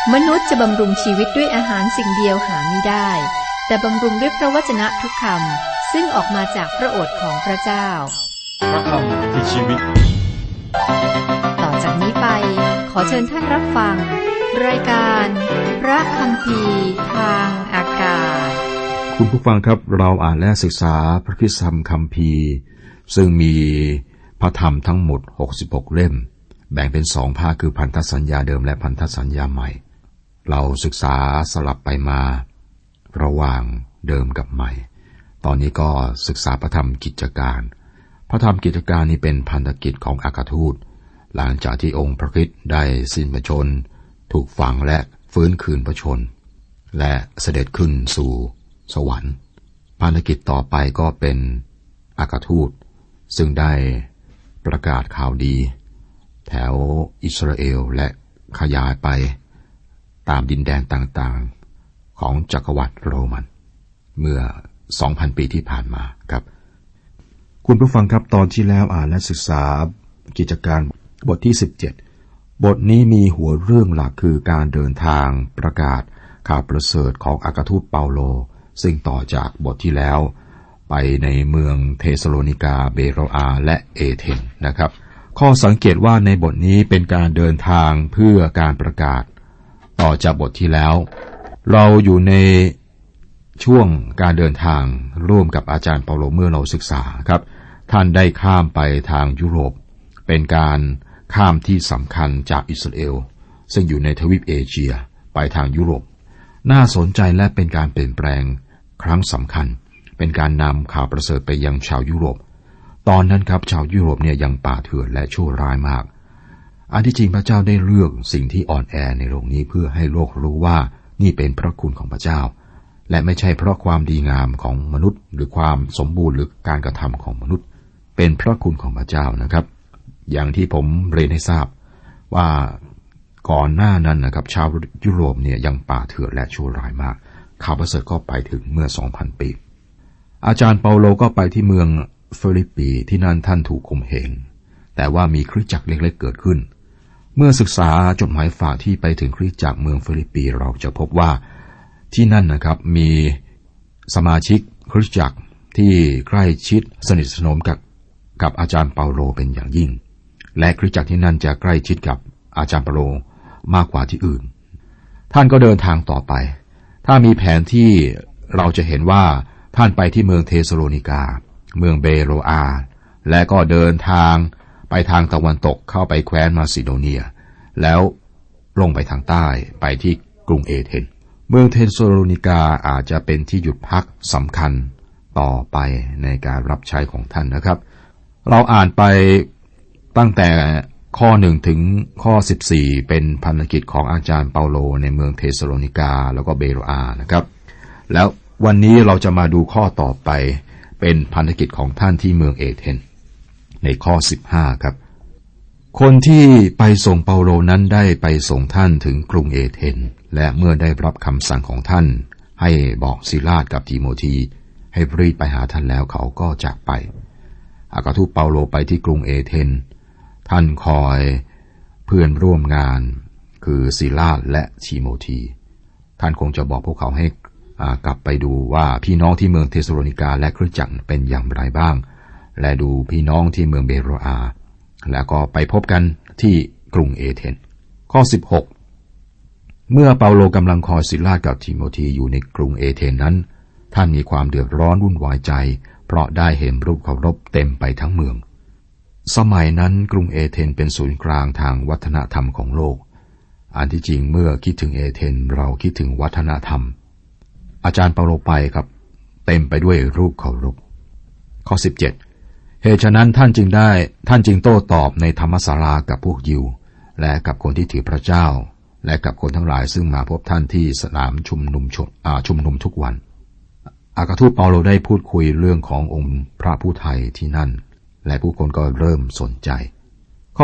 มนุษย์จะบำรุงชีวิตด้วยอาหารสิ่งเดียวหาไม่ได้แต่บำรุงด้วยพระวจนะทุกคำซึ่งออกมาจากพระโอษฐ์ของพระเจ้าพระคำคือชีวิตต่อจากนี้ไปขอเชิญท่านรับฟังรายการพระคัมภีร์ทางอากาศคุณผู้ฟังครับเราอ่านและศึกษาพระคัมภีร์ซึ่งมีพระธรรมทั้งหมด66เล่มแบ่งเป็น2ภาคคือพันธสัญญาเดิมและพันธสัญญาใหม่เราศึกษาสลับไปมาระหว่างเดิมกับใหม่ตอนนี้ก็ศึกษาพระธรรมกิจการพระธรรมกิจการนี้เป็นพันธกิจของอัครทูตหลังจากที่องค์พระคริสต์ได้สิ้นพระชนม์ถูกฝังและฟื้นคืนพระชนม์และเสด็จขึ้นสู่สวรรค์ภารกิจต่อไปก็เป็นอัครทูตซึ่งได้ประกาศข่าวดีแถวอิสราเอลและขยายไปตามดินแดนต่างๆของจักรวรรดิโรมันเมื่อ 2,000 ปีที่ผ่านมาครับคุณผู้ฟังครับตอนที่แล้วอ่านและศึกษากิจการบทที่17บทนี้มีหัวเรื่องหลักคือการเดินทางประกาศข่าวประเสริฐของอัครทูตเปาโลซึ่งต่อจากบทที่แล้วไปในเมืองเทสโลนิกาเบโรอาและเอเธนนะครับข้อสังเกตว่าในบทนี้เป็นการเดินทางเพื่อการประกาศต่อจากบทที่แล้วเราอยู่ในช่วงการเดินทางร่วมกับอาจารย์เปาโลเมื่อเราศึกษาครับท่านได้ข้ามไปทางยุโรปเป็นการข้ามที่สำคัญจากอิสราเอลซึ่งอยู่ในทวีปเอเชียไปทางยุโรปน่าสนใจและเป็นการเปลี่ยนแปลงครั้งสำคัญเป็นการนำข่าวประเสริฐไปยังชาวยุโรปตอนนั้นครับชาวยุโรปเนี่ยยังป่าเถื่อนและชั่วร้ายมากอันที่จริงพระเจ้าได้เลือกสิ่งที่อ่อนแอในโลกนี้เพื่อให้โลกรู้ว่านี่เป็นพระคุณของพระเจ้าและไม่ใช่เพราะความดีงามของมนุษย์หรือความสมบูรณ์หรือการกระทำของมนุษย์เป็นพระคุณของพระเจ้านะครับอย่างที่ผมเรียนให้ทราบว่าก่อนหน้านั้นนะครับชาวยุโรปเนี่ยยังป่าเถื่อนและชั่วร้ายมากข่าวประเสริฐก็ไปถึงเมื่อ 2,000 ปีอาจารย์เปาโลก็ไปที่เมืองฟิลิปปีที่นั่นท่านถูกข่มเหงแต่ว่ามีคริสตจักรเล็กๆเกิดขึ้นเมื่อศึกษาจดหมายฝากที่ไปถึงคริสตจักรเมืองฟิลิปปีเราจะพบว่าที่นั่นนะครับมีสมาชิกคริสตจักรที่ใกล้ชิดสนิทสนมกับอาจารย์เปาโลเป็นอย่างยิ่งและคริสตจักรที่นั่นจะใกล้ชิดกับอาจารย์เปาโลมากกว่าที่อื่นท่านก็เดินทางต่อไปถ้ามีแผนที่เราจะเห็นว่าท่านไปที่เมืองเทสโลนิกาเมืองเบโรอาและก็เดินทางไปทางตะวันตกเข้าไปแคว้นมาซิโดเนียแล้วลงไปทางใต้ไปที่กรุงเอเธนเมืองเทสโลนิกาอาจจะเป็นที่หยุดพักสำคัญต่อไปในการรับใช้ของท่านนะครับเราอ่านไปตั้งแต่ข้อ1ถึงข้อ14เป็นพันธกิจของอาจารย์เปาโลในเมืองเทสโลนิกาแล้วก็เบโรอานะครับแล้ววันนี้เราจะมาดูข้อต่อไปเป็นพันธกิจของท่านที่เมืองเอเธนในข้อ15ครับคนที่ไปส่งเปาโลนั้นได้ไปส่งท่านถึงกรุงเอเธนและเมื่อได้รับคำสั่งของท่านให้บอกซิลาสกับทิโมธีให้รีบไปหาท่านแล้วเขาก็จากไปอัครทูตเปาโลไปที่กรุงเอเธนท่านคอยเพื่อนร่วมงานคือซิลาสและทิโมธีท่านคงจะบอกพวกเขาให้กลับไปดูว่าพี่น้องที่เมืองเทสโลนิกาและคริสตจักรเป็นอย่างไรบ้างและดูพี่น้องที่เมืองเบโรอาแล้วก็ไปพบกันที่กรุงเอเธนข้อ16เมื่อเปาโลกำลังคอยซิลาสกับทิโมธีอยู่ในกรุงเอเธนนั้นท่านมีความเดือดร้อนวุ่นวายใจเพราะได้เห็นรูปเคารพเต็มไปทั้งเมืองสมัยนั้นกรุงเอเธนเป็นศูนย์กลางทางวัฒนธรรมของโลกอันที่จริงเมื่อคิดถึงเอเธนเราคิดถึงวัฒนธรรมอาจารย์เปาโลไปครับเต็มไปด้วยรูปเคารพข้อ17เหตุฉะนั้นท่านจึงโต้ตอบในธรรมศาลากับพวกยิวและกับคนที่ถือพระเจ้าและกับคนทั้งหลายซึ่งมาพบท่านที่สนามชุมนุมทุกวันอัครทูตเปาโลได้พูดคุยเรื่องขององค์พระผู้ไทยที่นั่นและผู้คนก็เริ่มสนใจข้อ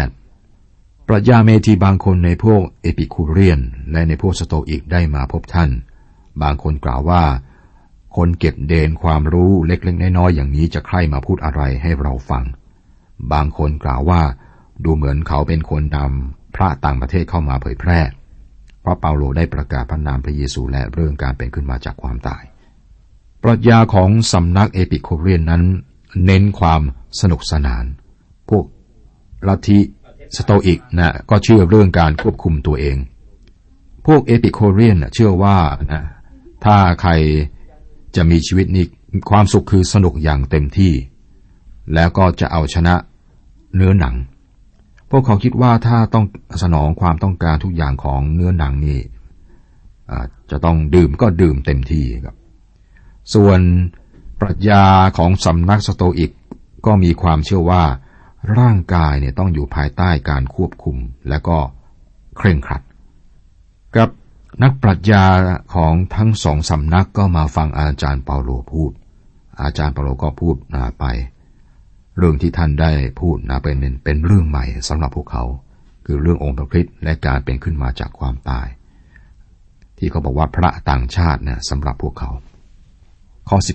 18ปรัชญาเมธีบางคนในพวกเอปิคูเรียนและในพวกสโตอิกได้มาพบท่านบางคนกล่าวว่าคนเก็บเดนความรู้เล็กๆน้อยๆอย่างนี้จะใคร่มาพูดอะไรให้เราฟังบางคนกล่าวว่าดูเหมือนเขาเป็นคนนำพระต่างประเทศเข้ามาเผยแพร่ราะเปาโลได้ประกาศพระนามพระเยซูและเรื่องการเป็นขึ้นมาจากความตายปรัชญาของสำนักเอปิโคเรียนนั้นเน้นความสนุกสนานพวกลัทธิสโตอิกนะก็เชื่อเรื่องการควบคุมตัวเองพวกเอปิโคเรียนเชื่อว่านะถ้าใครจะมีชีวิตนี้ความสุขคือสนุกอย่างเต็มที่แล้วก็จะเอาชนะเนื้อหนังพวกเขาคิดว่าถ้าต้องสนองความต้องการทุกอย่างของเนื้อหนังนี่จะต้องดื่มก็ดื่มเต็มที่ครับส่วนปรัชญาของสำนักสโตอิกก็มีความเชื่อว่าร่างกายเนี่ยต้องอยู่ภายใต้การควบคุมและก็เคร่งครัดกับนักปรัชญาของทั้งสองสำนักก็มาฟังอาจารย์เปาโลพูดอาจารย์เปาโลก็พูดไปเรื่องที่ท่านได้พูดเป็นเรื่องใหม่สำหรับพวกเขาคือเรื่ององค์พระคริสต์และการเป็นขึ้นมาจากความตายที่เขาบอกว่าพระต่างชาติเนี่ยสำหรับพวกเขาข้อ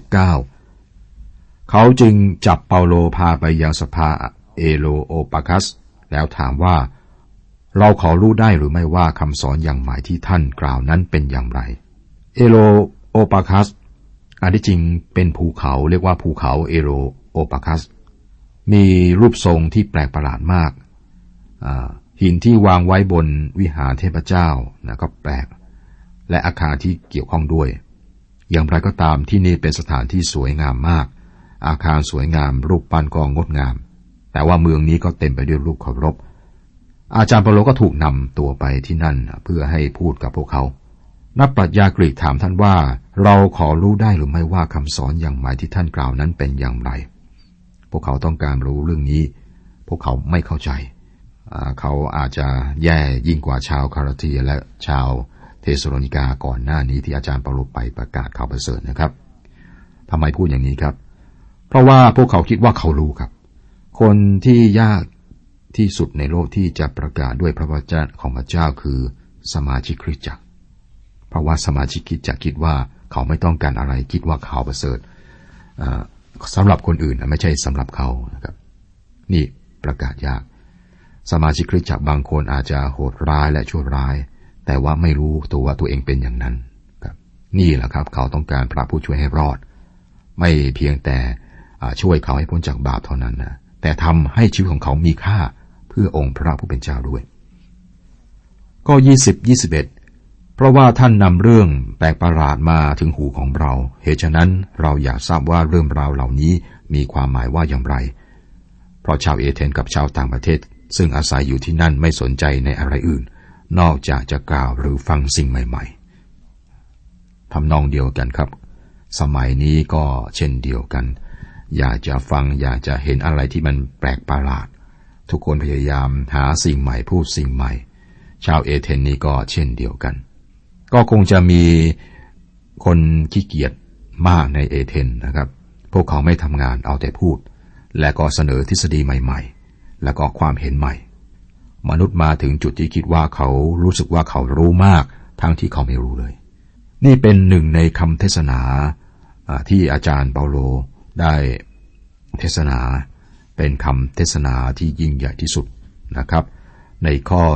19เขาจึงจับเปาโลพาไปยังสภาเอโลโอปาคัสแล้วถามว่าเราขอรู้ได้หรือไม่ว่าคำสอนอย่างใหม่ที่ท่านกล่าวนั้นเป็นอย่างไรเอโลโอปาคัสอันที่จริงเป็นภูเขาเรียกว่าภูเขาเอโลโอปาคัสมีรูปทรงที่แปลกประหลาดมากหินที่วางไว้บนวิหารเทพเจ้านะก็แปลกและอาคารที่เกี่ยวข้องด้วยอย่างไรก็ตามที่นี่เป็นสถานที่สวยงามมากอาคารสวยงามรูปปั้นก็งดงามแต่ว่าเมืองนี้ก็เต็มไปด้วยรูปเคารพอาจารย์เปาโลก็ถูกนำตัวไปที่นั่นเพื่อให้พูดกับพวกเขานักปรัชญากรีกถามท่านว่าเราขอรู้ได้หรือไม่ว่าคำสอนอย่างใหม่ที่ท่านกล่าวนั้นเป็นอย่างไรพวกเขาต้องการรู้เรื่องนี้พวกเขาไม่เข้าใจเขาอาจจะแย่ยิ่งกว่าชาวคาราเทียและชาวเทสโลนิกาก่อนหน้านี้ที่อาจารย์เปาโลไปประกาศข่าวประเสริฐนะครับทำไมพูดอย่างนี้ครับเพราะว่าพวกเขาคิดว่าเขารู้ครับคนที่ยากที่สุดในโลกที่จะประกาศด้วยพระวจนะของพระเจ้าคือสมาชิกคริสตจักรเพราะว่าสมาชิกคริสตจักรคิดว่าเขาไม่ต้องการอะไรคิดว่าข่าวประเสริฐสำหรับคนอื่นไม่ใช่สำหรับเขานะครับนี่ประกาศยากสมาชิกคริสตจักรบางคนอาจจะโหดร้ายและชั่วร้ายแต่ว่าไม่รู้ตัวว่าตัวเองเป็นอย่างนั้นครับนี่แหละครับเขาต้องการพระผู้ช่วยให้รอดไม่เพียงแต่ช่วยเขาให้พ้นจากบาปเท่านั้นนะแต่ทำให้ชีวิตของเขามีค่าเพื่อองค์พระผู้เป็นเจ้าด้วยก็20-21เพราะว่าท่านนำเรื่องแปลกประหลาดมาถึงหูของเราเหตุฉะนั้นเราอยากทราบว่าเรื่องราวเหล่านี้มีความหมายว่าอย่างไรเพราะชาวเอเธนกับชาวต่างประเทศซึ่งอาศัยอยู่ที่นั่นไม่สนใจในอะไรอื่นนอกจากจะกล่าวหรือฟังสิ่งใหม่ๆทำนองเดียวกันครับสมัยนี้ก็เช่นเดียวกันอยากจะฟังอยากจะเห็นอะไรที่มันแปลกประหลาดทุกคนพยายามหาสิ่งใหม่พูดสิ่งใหม่ชาวเอเธนนี้ก็เช่นเดียวกันก็คงจะมีคนขี้เกียจมากในเอเธนนะครับพวกเขาไม่ทำงานเอาแต่พูดและก็เสนอทฤษฎีใหม่ๆแล้วก็ความเห็นใหม่มนุษย์มาถึงจุดที่คิดว่าเขารู้สึกว่าเขารู้มากทั้งที่เขาไม่รู้เลยนี่เป็นหนึ่งในคำเทศนาที่อาจารย์เปาโลได้เทศนาเป็นคำเทศนาที่ยิ่งใหญ่ที่สุดนะครับในข้อ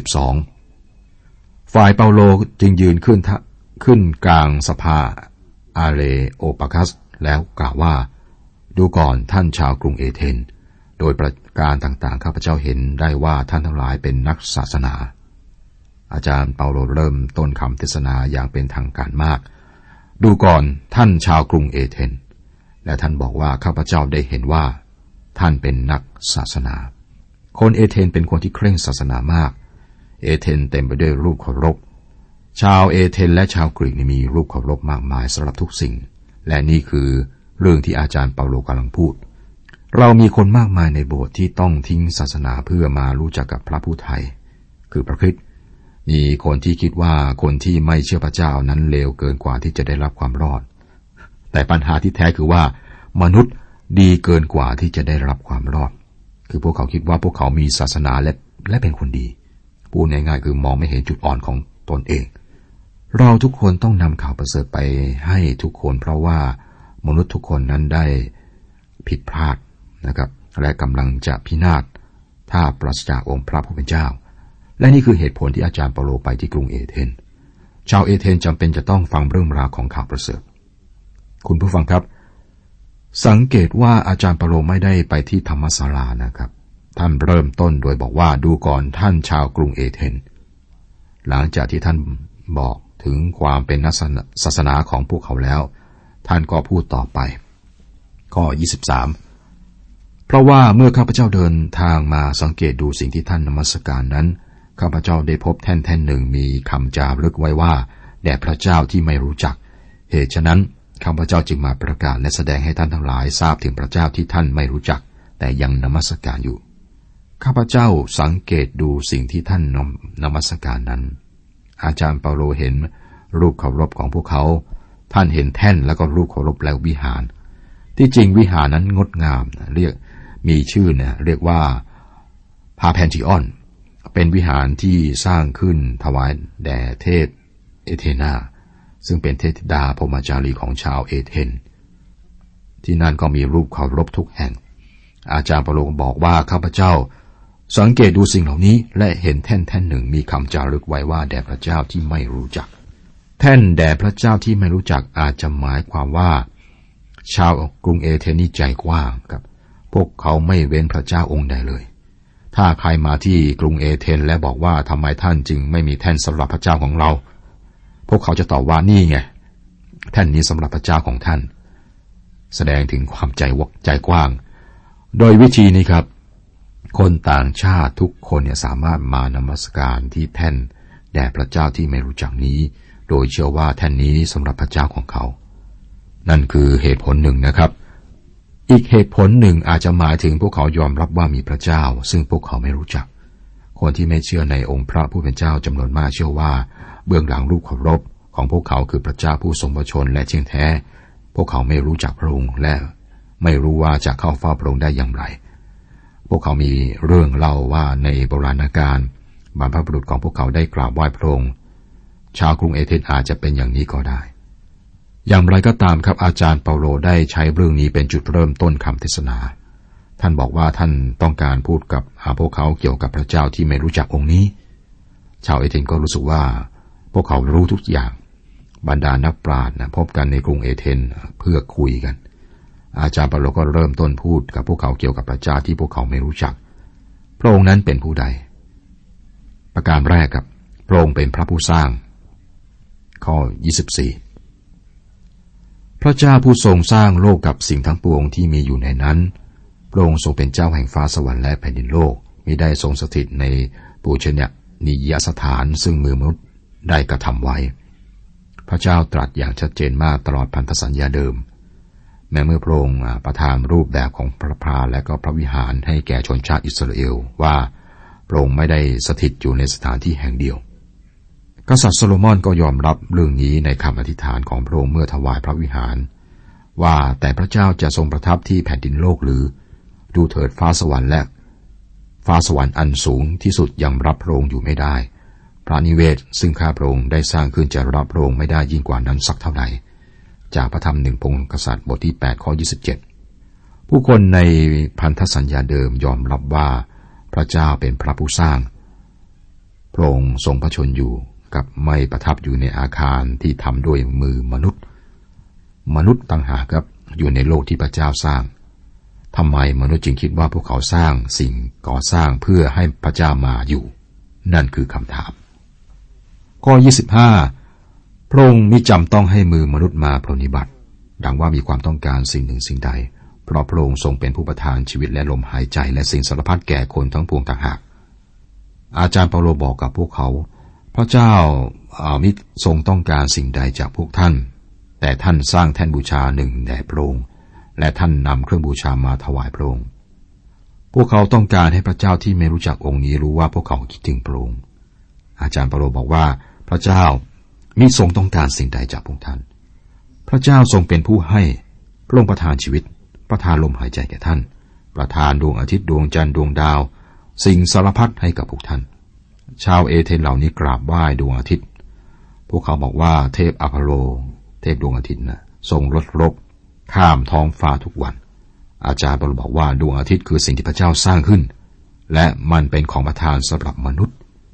22ฝ่ายเปาโลจึงยืนขึ้นกลางสภาอาเลโอปาคัสแล้วกล่าวว่าดูก่อนท่านชาวกรุงเอเธนโดยประการต่างๆข้าพเจ้าเห็นได้ว่าท่านทั้งหลายเป็นนักศาสนาอาจารย์เปาโลเริ่มต้นคำเทศนาอย่างเป็นทางการมากดูก่อนท่านชาวกรุงเอเธนและท่านบอกว่าข้าพเจ้าได้เห็นว่าท่านเป็นนักศาสนาคนเอเธนเป็นคนที่เคร่งศาสนามากเอเธนเต็มไปด้วยรูปเคารพชาวเอเธนและชาวกรีกมีรูปเคารพมากมายสำหรับทุกสิ่งและนี่คือเรื่องที่อาจารย์เปาโลกำลังพูดเรามีคนมากมายในโบสถ์ที่ต้องทิ้งศาสนาเพื่อมารู้จักกับพระผู้ไถ่คือพระคริสต์มีคนที่คิดว่าคนที่ไม่เชื่อพระเจ้านั้นเลวเกินกว่าที่จะได้รับความรอดแต่ปัญหาที่แท้คือว่ามนุษย์ดีเกินกว่าที่จะได้รับความรอดคือพวกเขาคิดว่าพวกเขามีศาสนาและเป็นคนดีพูดง่ายๆคือมองไม่เห็นจุดอ่อนของตนเองเราทุกคนต้องนำข่าวประเสริฐไปให้ทุกคนเพราะว่ามนุษย์ทุกคนนั้นได้ผิดพลาดนะครับและกำลังจะพินาศถ้าปราศจากองค์พระผู้เป็นเจ้าและนี่คือเหตุผลที่อาจารย์เปาโลไปที่กรุงเอเธนชาวเอเธนจำเป็นจะต้องฟังเรื่องราวของข่าวประเสริฐคุณผู้ฟังครับสังเกตว่าอาจารย์เปาโลไม่ได้ไปที่ธรรมศาลานะครับท่านเริ่มต้นโดยบอกว่าดูก่อนท่านชาวกรุงเอเธนหลังจากที่ท่านบอกถึงความเป็นศาสนาของพวกเขาแล้วท่านก็พูดต่อไปข้อ23เพราะว่าเมื่อข้าพเจ้าเดินทางมาสังเกตดูสิ่งที่ท่านนมัสการนั้นข้าพเจ้าได้พบแท่นหนึ่งมีคำจารึกไว้ว่าแด่พระเจ้าที่ไม่รู้จักเหตุฉะนั้นข้าพเจ้าจึงมาประกาศและแสดงให้ท่านทั้งหลายทราบถึงพระเจ้าที่ท่านไม่รู้จักแต่ยังนมัสการอยู่ข้าพเจ้าสังเกตดูสิ่งที่ท่านนมัสการนั้นอาจารย์เปาโลเห็นรูปเคารพของพวกเขาท่านเห็นแท่นแล้วก็รูปเคารพและวิหารที่จริงวิหารนั้นงดงามเรียกมีชื่อเรียกว่าพาแพนทิออนเป็นวิหารที่สร้างขึ้นถวายแด่เทพเอเธนาซึ่งเป็นเทพธิดาพรหมจารีของชาวเอเธนที่นั่นก็มีรูปเคารพทุกแห่งอาจารย์เปาโลบอกว่าข้าพเจ้าสังเกตดูสิ่งเหล่านี้และเห็นแท่นหนึ่งมีคำจารึกไว้ว่าแด่พระเจ้าที่ไม่รู้จักแท่นแด่พระเจ้าที่ไม่รู้จักอาจจะหมายความว่าชาวกรุงเอเธนนี่ใจกว้างครับพวกเขาไม่เว้นพระเจ้าองค์ใดเลยถ้าใครมาที่กรุงเอเธนและบอกว่าทำไมท่านจึงไม่มีแท่นสำหรับพระเจ้าของเราพวกเขาจะตอบว่านี่ไงแท่นนี้สำหรับพระเจ้าของท่านแสดงถึงความใจกว้างโดยวิธีนี้ครับคนต่างชาติทุกคนสามารถมานมัสการที่แท่นแด่พระเจ้าที่ไม่รู้จักนี้โดยเชื่อว่าแท่นนี้สำหรับพระเจ้าของเขานั่นคือเหตุผลหนึ่งนะครับอีกเหตุผลหนึ่งอาจจะหมายถึงพวกเขายอมรับว่ามีพระเจ้าซึ่งพวกเขาไม่รู้จักคนที่ไม่เชื่อในองค์พระผู้เป็นเจ้าจำนวนมากเชื่อว่าเบื้องหลังรูปเคารพของพวกเขาคือพระเจ้าผู้ทรงพระชนและเที่ยงแท้พวกเขาไม่รู้จักพระองค์และไม่รู้ว่าจะเข้าเฝ้าพระองค์ได้อย่างไรพวกเขามีเรื่องเล่าว่าในโบราณกาลบรรพบุรุษของพวกเขาได้กราบไหว้พระองค์ชาวกรุงเอเธนอาจจะเป็นอย่างนี้ก็ได้อย่างไรก็ตามครับอาจารย์เปาโลได้ใช้เรื่องนี้เป็นจุดเริ่มต้นคำเทศนาท่านบอกว่าท่านต้องการพูดกับพวกเขาเกี่ยวกับพระเจ้าที่ไม่รู้จักองค์นี้ชาวเอเธนก็รู้สึกว่าพวกเขารู้ทุกอย่างบรรดานักปราชญ์พบกันในกรุงเอเธนเพื่อคุยกันอาจารย์เปาโลก็เริ่มต้นพูดกับพวกเขาเกี่ยวกับพระเจ้าที่พวกเขาไม่รู้จักพระองค์นั้นเป็นผู้ใดประการแรกครับพระองค์เป็นพระผู้สร้างข้อ24พระเจ้าผู้ทรงสร้างโลกกับสิ่งทั้งปวงที่มีอยู่ในนั้นพระองค์ทรงเป็นเจ้าแห่งฟ้าสวรรค์และแผ่นดินโลกมิได้ทรงสถิตในปูชนียสถานซึ่งมือมนุษย์ได้กระทำไว้พระเจ้าตรัสอย่างชัดเจนมากตลอดพันธสัญญาเดิมแม้เมื่อพระองค์ประทานรูปแบบของพระพราและก็พระวิหารให้แก่ชนชาติอิสราเอลว่าพระองค์ไม่ได้สถิตอยู่ในสถานที่แห่งเดียวกษัตริย์โซโลมอนก็ยอมรับเรื่องนี้ในคำอธิษฐานของพระองค์เมื่อถวายพระวิหารว่าแต่พระเจ้าจะทรงประทับที่แผ่นดินโลกหรือดูเถิดฟ้าสวรรค์และฟ้าสวรรค์อันสูงที่สุดยังรับพระองค์อยู่ไม่ได้พระนิเวศซึ่งข้าพระองค์ได้สร้างขึ้นจะรับพระองค์ไม่ได้ยิ่งกว่านั้นสักเท่าใดจากพระธรรม1 พงศกษัตริย์บทที่8ข้อ27ผู้คนในพันธสัญญาเดิมยอมรับว่าพระเจ้าเป็นพระผู้สร้างพระองค์ทรงพระชนอยู่กับไม่ประทับอยู่ในอาคารที่ทำด้วยมือมนุษย์ต่างหากครับอยู่ในโลกที่พระเจ้าสร้างทำไมมนุษย์จึงคิดว่าพวกเขาสร้างสิ่งก่อสร้างเพื่อให้พระเจ้ามาอยู่นั่นคือคำถามข้อ25พระองค์มิจำต้องให้มือมนุษย์มาปรนนิบัติดังว่ามีความต้องการสิ่งหนึ่งสิ่งใดเพราะพระองค์ทรงเป็นผู้ประทานชีวิตและลมหายใจและสิ่งสารพัดแก่คนทั้งปวงต่างหากอาจารย์เปาโลบอกกับพวกเขาพระเจ้ามิทรงต้องการสิ่งใดจากพวกท่านแต่ท่านสร้างแท่นบูชาหนึ่งแด่พระองค์และท่านนำเครื่องบูชามาถวายพระองค์พวกเขาต้องการให้พระเจ้าที่ไม่รู้จักองค์นี้รู้ว่าพวกเขาคิดถึงพระองค์อาจารย์เปาโลบอกว่าพระเจ้ามิทรงต้องการสิ่งใดจากพวกท่านพระเจ้าทรงเป็นผู้ให้พระองค์ประทานชีวิตประทานลมหายใจแก่ท่านประทานดวงอาทิตย์ดวงจันทร์ดวงดาวสิ่งสารพัดให้กับพวกท่านชาวเอเธนเหล่านี้กราบไหว้ดวงอาทิตย์พวกเขาบอกว่าเทพอพอลโลเทพดวงอาทิตย์ทรงรบข้ามท้องฟ้าทุกวันอาจารย์เปาโลบอกว่าดวงอาทิตย์คือสิ่งที่พระเจ้าสร้างขึ้นและมันเป็นของประทานสำหรับมนุษย์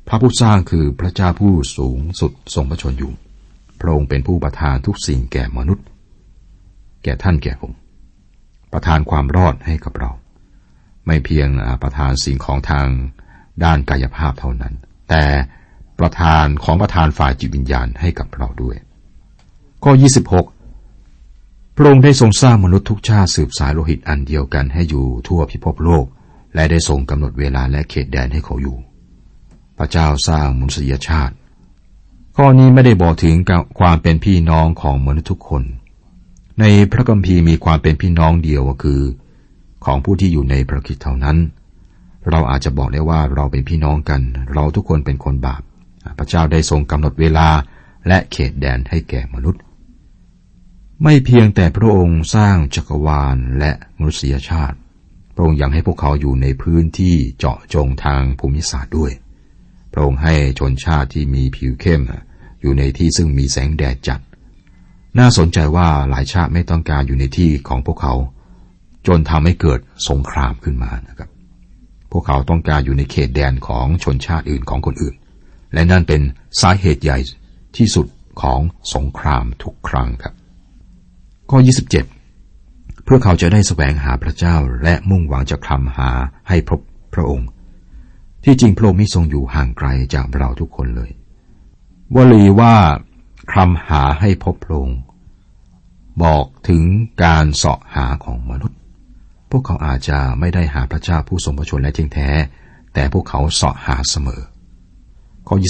พระผู้สร้างคือพระเจ้าผู้สูงสุดทรงพระชนอยู่พระองค์เป็นผู้ประทานทุกสิ่งแก่มนุษย์แก่ท่านแก่ผมประทานความรอดให้กับเราไม่เพียงประทานสิ่งของทางด้านกายภาพเท่านั้นแต่ประทานฝ่ายจิตวิญญาณให้กับเราด้วยข้อ26พระองค์ได้ทรงสร้างมนุษย์ทุกชาติสืบสายโลหิตอันเดียวกันให้อยู่ทั่วพิภพโลกและได้ทรงกำหนดเวลาและเขตแดนให้เขาอยู่พระเจ้าสร้างมนุษยชาติข้อนี้ไม่ได้บอกถึงความเป็นพี่น้องของมนุษย์ทุกคนในพระคัมภีร์มีความเป็นพี่น้องเดียวก็คือของผู้ที่อยู่ในพระคริสต์เท่านั้นเราอาจจะบอกได้ว่าเราเป็นพี่น้องกันเราทุกคนเป็นคนบาปพระเจ้าได้ทรงกำหนดเวลาและเขตแดนให้แก่มนุษย์ไม่เพียงแต่พระองค์สร้างจักรวาลและมนุษยชาติพระองค์ยังให้พวกเขาอยู่ในพื้นที่เจาะจงทางภูมิศาสตร์ด้วยพระองค์ให้ชนชาติที่มีผิวเข้มอยู่ในที่ซึ่งมีแสงแดดจัดน่าสนใจว่าหลายชาติไม่ต้องการอยู่ในที่ของพวกเขาจนทำให้เกิดสงครามขึ้นมานะครับพวกเขาต้องการอยู่ในเขตแดนของชนชาติอื่นของคนอื่นและนั่นเป็นสาเหตุใหญ่ที่สุดของสงครามทุกครั้งครับข้อ27เพื่อเขาจะได้แสวงหาพระเจ้าและมุ่งหวังจะคลำหาให้พบพระองค์ที่จริงพระองค์ไม่ทรงอยู่ห่างไกลจากเราทุกคนเลยวลีว่าคลำหาให้พบพระองค์บอกถึงการเสาะหาของมนุษย์พวกเขาอาจจะไม่ได้หาพระเจ้าผู้ทรงพระชนและจริงแท้แต่พวกเขาเสาะหาเสมอข้อ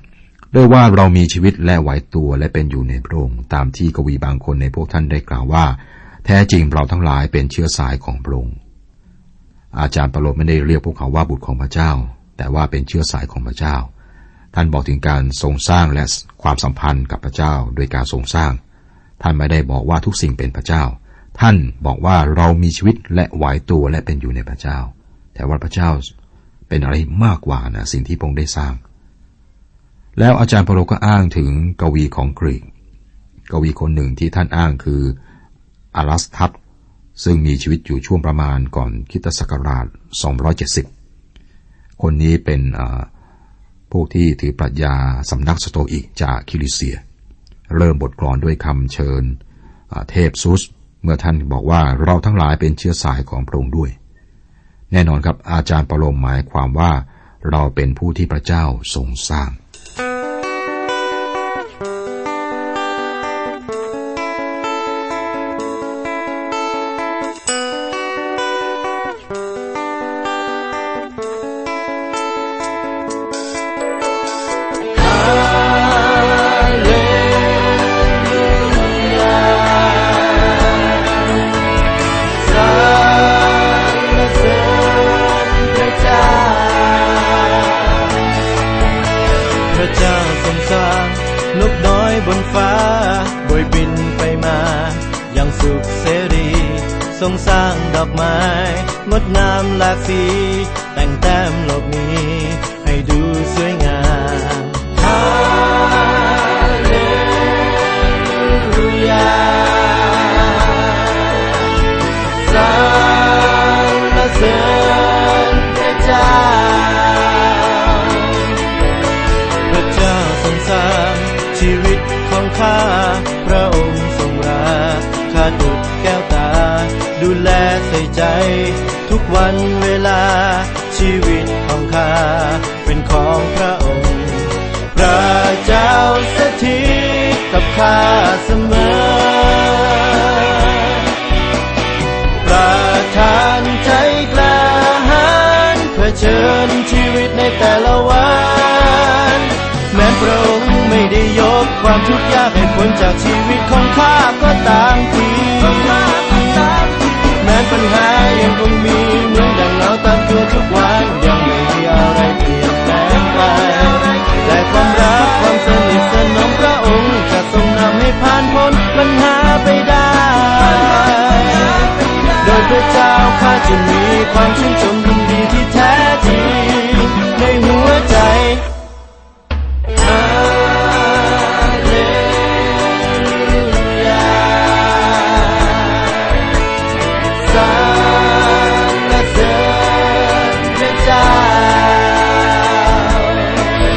28ด้วยว่าเรามีชีวิตและไหวตัวและเป็นอยู่ในพระองค์ตามที่กวีบางคนในพวกท่านได้กล่าวว่าแท้จริงเราทั้งหลายเป็นเชื้อสายของพระองค์อาจารย์เปาโลไม่ได้เรียกพวกเขาว่าบุตรของพระเจ้าแต่ว่าเป็นเชื้อสายของพระเจ้าท่านบอกถึงการทรงสร้างและความสัมพันธ์กับพระเจ้าโดยการทรงสร้างท่านไม่ได้บอกว่าทุกสิ่งเป็นพระเจ้าท่านบอกว่าเรามีชีวิตและไหวตัวและเป็นอยู่ในพระเจ้าแต่ว่าพระเจ้าเป็นอะไรมากกว่านะสิ่งที่พระองค์ได้สร้างแล้วอาจารย์เปาโลก็อ้างถึงกวีของกรีกกวีคนหนึ่งที่ท่านอ้างคืออารัสทัสซึ่งมีชีวิตอยู่ช่วงประมาณก่อนคริสตศักราช270คนนี้เป็นพวกที่ถือปรัชญาสำนักสโตอิกจากคิลิเซียเริ่มบทกลอนด้วยคำเชิญเทพซุสเมื่อท่านบอกว่าเราทั้งหลายเป็นเชื้อสายของพระองค์ด้วยแน่นอนครับอาจารย์เปาโลหมายความว่าเราเป็นผู้ที่พระเจ้าทรงสร้างทรงสร้างดอกไม้งดงามหลากสีแต่งแต้มโลกนี้ให้ดูสวยงามฮาเลลูยาสรรเสริญพระเจ้าพระเจ้าทรงสร้างชีวิตของข้าพระองค์ทรงรักข้าดุจแก้วตาดูแลใส่ใจทุกวันเวลาชีวิตของข้าเป็นของพระองค์พระเจ้าสถิตกับข้าเสมอประทานใจกล้าหาญเผชิญชีวิตในแต่ละวันแม้พระองค์ไม่ได้ยกความทุกข์ยากให้พ้นจากชีวิตของข้าก็ตามทีแม้ปัญหายังคงมีเหมือนดังเงาตามตัวทุกวันยังไม่มีอะไรเปลี่ยนแปลงไปแต่ความรักความสนิทสนมพระองค์จะทรงนำให้ผ่านพ้นปัญหาไปได้โดยพระเจ้าข้าจะมีความชื่นชมยินดีที่แท้จริงในหัวใจพ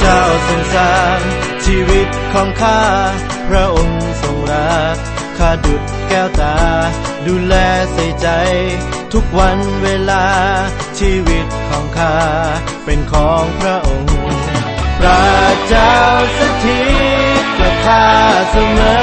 จ้าทรงสร้างชีวิตของข้าพระองค์ทรงรักข้าดุจแก้วตาดูแลใส่ใจทุกวันเวลาชีวิตของข้าเป็นของพระองค์พระเจ้าสถิตกับข้าเสมอ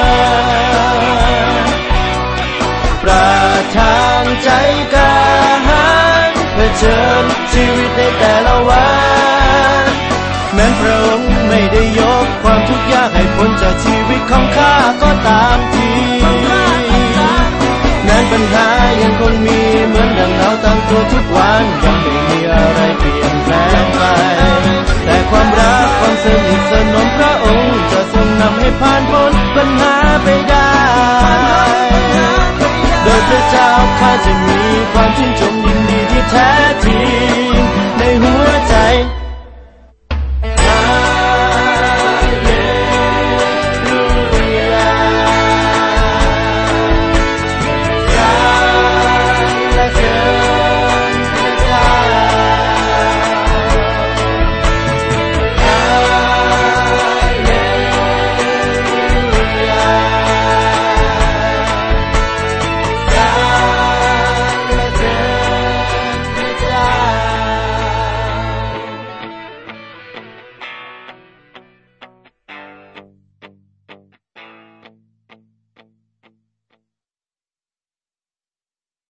ประทานใจกล้าหาญเผชิญชีวิตในแต่ละวันแม้พระองค์ไม่ได้ยกความทุกข์ยากให้พ้นจากชีวิตของข้าก็ตามทีแม้ปัญหายังคงมีเหมือนดังเราตั้งตัวทุกวันยัง